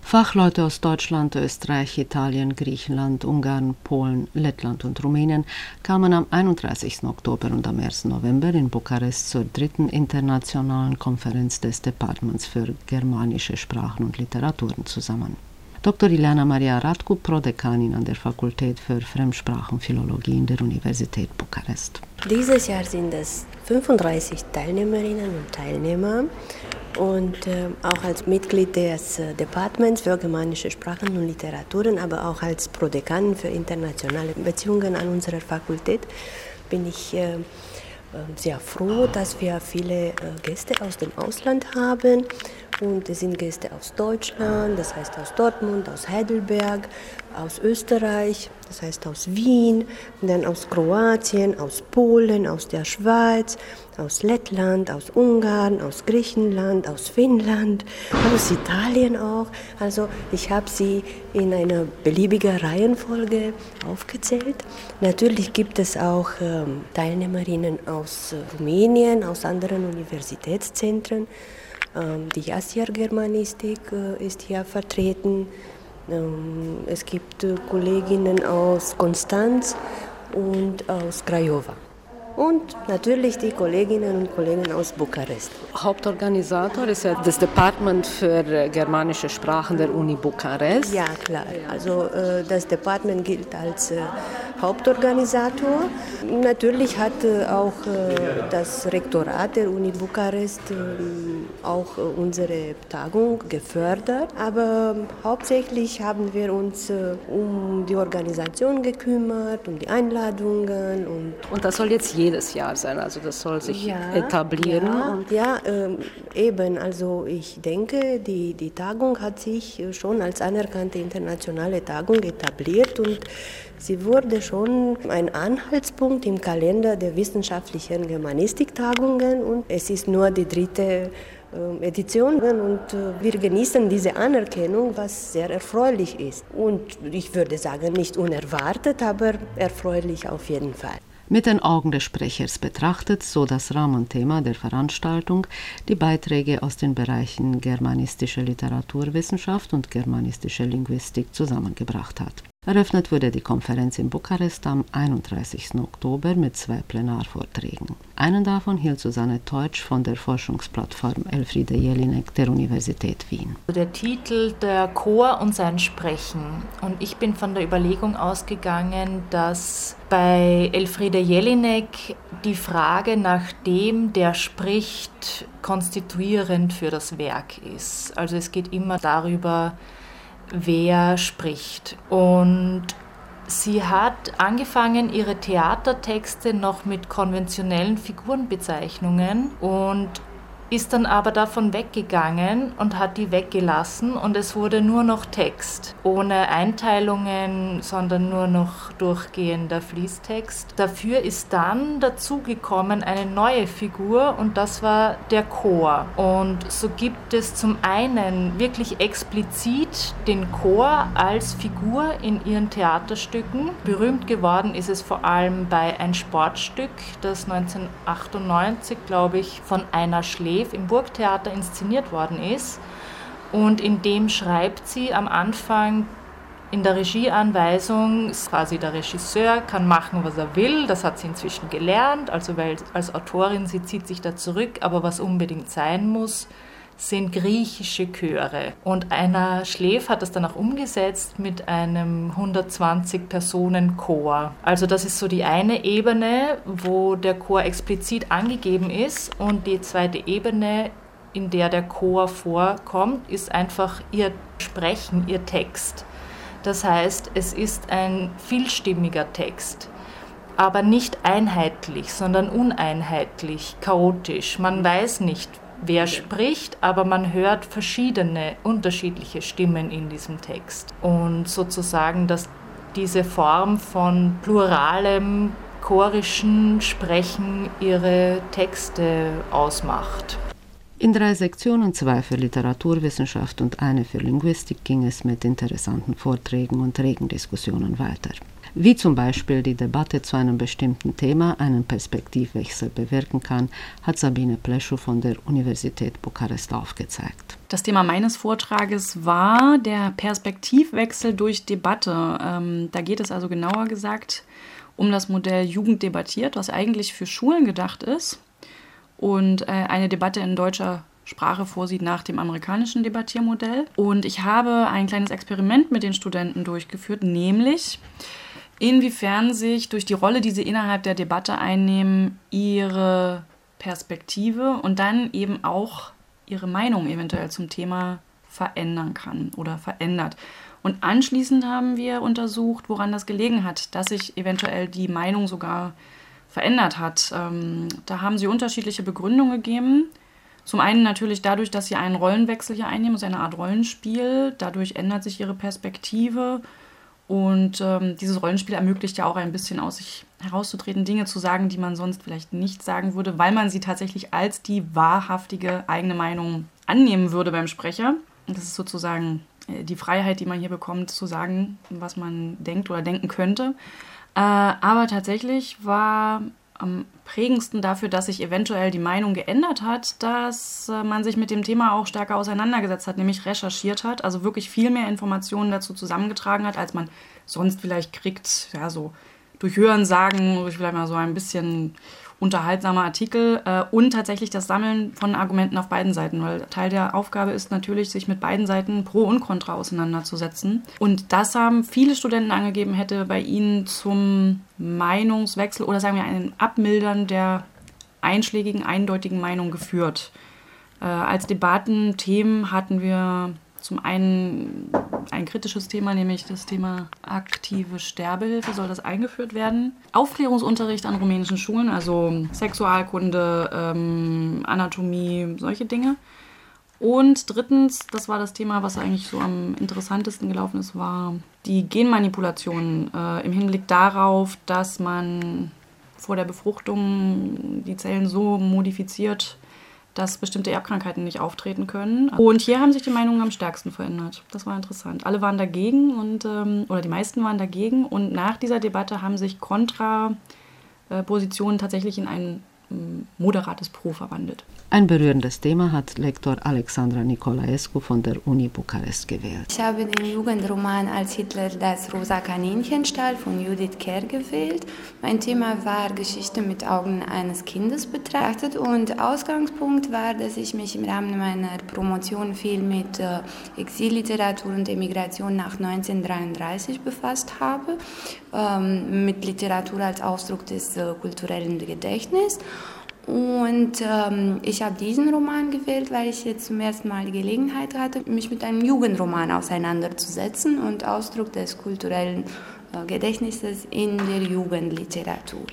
Fachleute aus Deutschland, Österreich, Italien, Griechenland, Ungarn, Polen, Lettland und Rumänien kamen am 31. Oktober und am 1. November in Bukarest zur 3. internationalen Konferenz des Departments für germanische Sprachen und Literaturen zusammen. Dr. Ileana Maria Radku, Prodekanin an der Fakultät für Fremdsprachenphilologie in der Universität Bukarest. Dieses Jahr sind es 35 Teilnehmerinnen und Teilnehmer. Und auch als Mitglied des Departements für germanische Sprachen und Literaturen, aber auch als Prodekanin für internationale Beziehungen an unserer Fakultät bin ich sehr froh, dass wir viele Gäste aus dem Ausland haben. Und es sind Gäste aus Deutschland, das heißt aus Dortmund, aus Heidelberg, aus Österreich, das heißt aus Wien, und dann aus Kroatien, aus Polen, aus der Schweiz, aus Lettland, aus Ungarn, aus Griechenland, aus Finnland, aus Italien auch. Also ich habe sie in einer beliebigen Reihenfolge aufgezählt. Natürlich gibt es auch Teilnehmerinnen aus Rumänien, aus anderen Universitätszentren. Die Jassier-Germanistik ist hier vertreten. Es gibt Kolleginnen aus Konstanz und aus Craiova. Und natürlich die Kolleginnen und Kollegen aus Bukarest. Hauptorganisator ist ja das Department für germanische Sprachen der Uni Bukarest. Ja, klar. Also das Department gilt als Hauptorganisator. Natürlich hat auch das Rektorat der Uni Bukarest auch unsere Tagung gefördert. Aber hauptsächlich haben wir uns um die Organisation gekümmert, um die Einladungen. Und das soll jetzt jedes Jahr sein, also das soll sich etablieren. Ja, eben. Also ich denke, die Tagung hat sich schon als anerkannte internationale Tagung etabliert und sie wurde schon ein Anhaltspunkt im Kalender der wissenschaftlichen Germanistiktagungen und es ist nur die 3. Edition und wir genießen diese Anerkennung, was sehr erfreulich ist. Und ich würde sagen, nicht unerwartet, aber erfreulich auf jeden Fall. Mit den Augen des Sprechers betrachtet, so das Rahmenthema der Veranstaltung, die Beiträge aus den Bereichen germanistische Literaturwissenschaft und germanistische Linguistik zusammengebracht hat. Eröffnet wurde die Konferenz in Bukarest am 31. Oktober mit 2 Plenarvorträgen. Einen davon hielt Susanne Teutsch von der Forschungsplattform Elfriede Jelinek der Universität Wien. Der Titel Der Chor und sein Sprechen. Und ich bin von der Überlegung ausgegangen, dass bei Elfriede Jelinek die Frage nach dem, der spricht, konstituierend für das Werk ist. Also es geht immer darüber, wer spricht. Und sie hat angefangen, ihre Theatertexte noch mit konventionellen Figurenbezeichnungen und ist dann aber davon weggegangen und hat die weggelassen und es wurde nur noch Text, ohne Einteilungen, sondern nur noch durchgehender Fließtext. Dafür ist dann dazugekommen eine neue Figur und das war der Chor. Und so gibt es zum einen wirklich explizit den Chor als Figur in ihren Theaterstücken. Berühmt geworden ist es vor allem bei ein Sportstück, das 1998, glaube ich, von Aina Schleef im Burgtheater inszeniert worden ist. Und in dem schreibt sie am Anfang in der Regieanweisung, quasi der Regisseur kann machen, was er will, das hat sie inzwischen gelernt, also weil als Autorin, sie zieht sich da zurück, aber was unbedingt sein muss, sind griechische Chöre. Und Aina Schleef hat das dann auch umgesetzt mit einem 120-Personen-Chor. Also das ist so die eine Ebene, wo der Chor explizit angegeben ist. Und die zweite Ebene, in der der Chor vorkommt, ist einfach ihr Sprechen, ihr Text. Das heißt, es ist ein vielstimmiger Text, aber nicht einheitlich, sondern uneinheitlich, chaotisch. Man weiß nicht, wer spricht, aber man hört verschiedene, unterschiedliche Stimmen in diesem Text. Und sozusagen, dass diese Form von pluralem, chorischen Sprechen ihre Texte ausmacht. In 3 Sektionen, 2 für Literaturwissenschaft und eine für Linguistik, ging es mit interessanten Vorträgen und regen Diskussionen weiter. Wie zum Beispiel die Debatte zu einem bestimmten Thema einen Perspektivwechsel bewirken kann, hat Sabine Pleschow von der Universität Bukarest aufgezeigt. Das Thema meines Vortrages war der Perspektivwechsel durch Debatte. Da geht es also genauer gesagt um das Modell Jugend debattiert, was eigentlich für Schulen gedacht ist und eine Debatte in deutscher Sprache vorsieht nach dem amerikanischen Debattiermodell. Und ich habe ein kleines Experiment mit den Studenten durchgeführt, nämlich inwiefern sich durch die Rolle, die sie innerhalb der Debatte einnehmen, ihre Perspektive und dann eben auch ihre Meinung eventuell zum Thema verändern kann oder verändert. Und anschließend haben wir untersucht, woran das gelegen hat, dass sich eventuell die Meinung sogar verändert hat. Da haben sie unterschiedliche Begründungen gegeben. Zum einen natürlich dadurch, dass sie einen Rollenwechsel hier einnehmen, das ist eine Art Rollenspiel. Dadurch ändert sich ihre Perspektive. Und dieses Rollenspiel ermöglicht ja auch ein bisschen aus sich herauszutreten, Dinge zu sagen, die man sonst vielleicht nicht sagen würde, weil man sie tatsächlich als die wahrhaftige eigene Meinung annehmen würde beim Sprecher. Und das ist sozusagen die Freiheit, die man hier bekommt, zu sagen, was man denkt oder denken könnte. Aber tatsächlich war am prägendsten dafür, dass sich eventuell die Meinung geändert hat, dass man sich mit dem Thema auch stärker auseinandergesetzt hat, nämlich recherchiert hat, also wirklich viel mehr Informationen dazu zusammengetragen hat, als man sonst vielleicht kriegt, ja, so durch Hörensagen, durch vielleicht mal so ein bisschen unterhaltsamer Artikel und tatsächlich das Sammeln von Argumenten auf beiden Seiten, weil Teil der Aufgabe ist natürlich, sich mit beiden Seiten Pro und Contra auseinanderzusetzen. Und das haben viele Studenten angegeben, hätte bei ihnen zum Meinungswechsel oder sagen wir ein Abmildern der einschlägigen, eindeutigen Meinung geführt. Als Debattenthemen hatten wir zum einen ein kritisches Thema, nämlich das Thema aktive Sterbehilfe, soll das eingeführt werden. Aufklärungsunterricht an rumänischen Schulen, also Sexualkunde, Anatomie, solche Dinge. Und drittens, das war das Thema, was eigentlich so am interessantesten gelaufen ist, war die Genmanipulation im Hinblick darauf, dass man vor der Befruchtung die Zellen so modifiziert, dass bestimmte Erbkrankheiten nicht auftreten können. Und hier haben sich die Meinungen am stärksten verändert. Das war interessant. Alle waren dagegen oder die meisten waren dagegen. Und nach dieser Debatte haben sich Kontrapositionen tatsächlich in ein moderates Pro verwandelt. Ein berührendes Thema hat Lektor Alexandra Nicolaescu von der Uni Bukarest gewählt. Ich habe den Jugendroman Als Hitler das rosa Kaninchen stahl von Judith Kerr gewählt. Mein Thema war Geschichte mit Augen eines Kindes betrachtet und Ausgangspunkt war, dass ich mich im Rahmen meiner Promotion viel mit Exilliteratur und Emigration nach 1933 befasst habe, mit Literatur als Ausdruck des kulturellen Gedächtnisses. Und ich habe diesen Roman gewählt, weil ich jetzt zum ersten Mal die Gelegenheit hatte, mich mit einem Jugendroman auseinanderzusetzen und Ausdruck des kulturellen Gedächtnisses in der Jugendliteratur.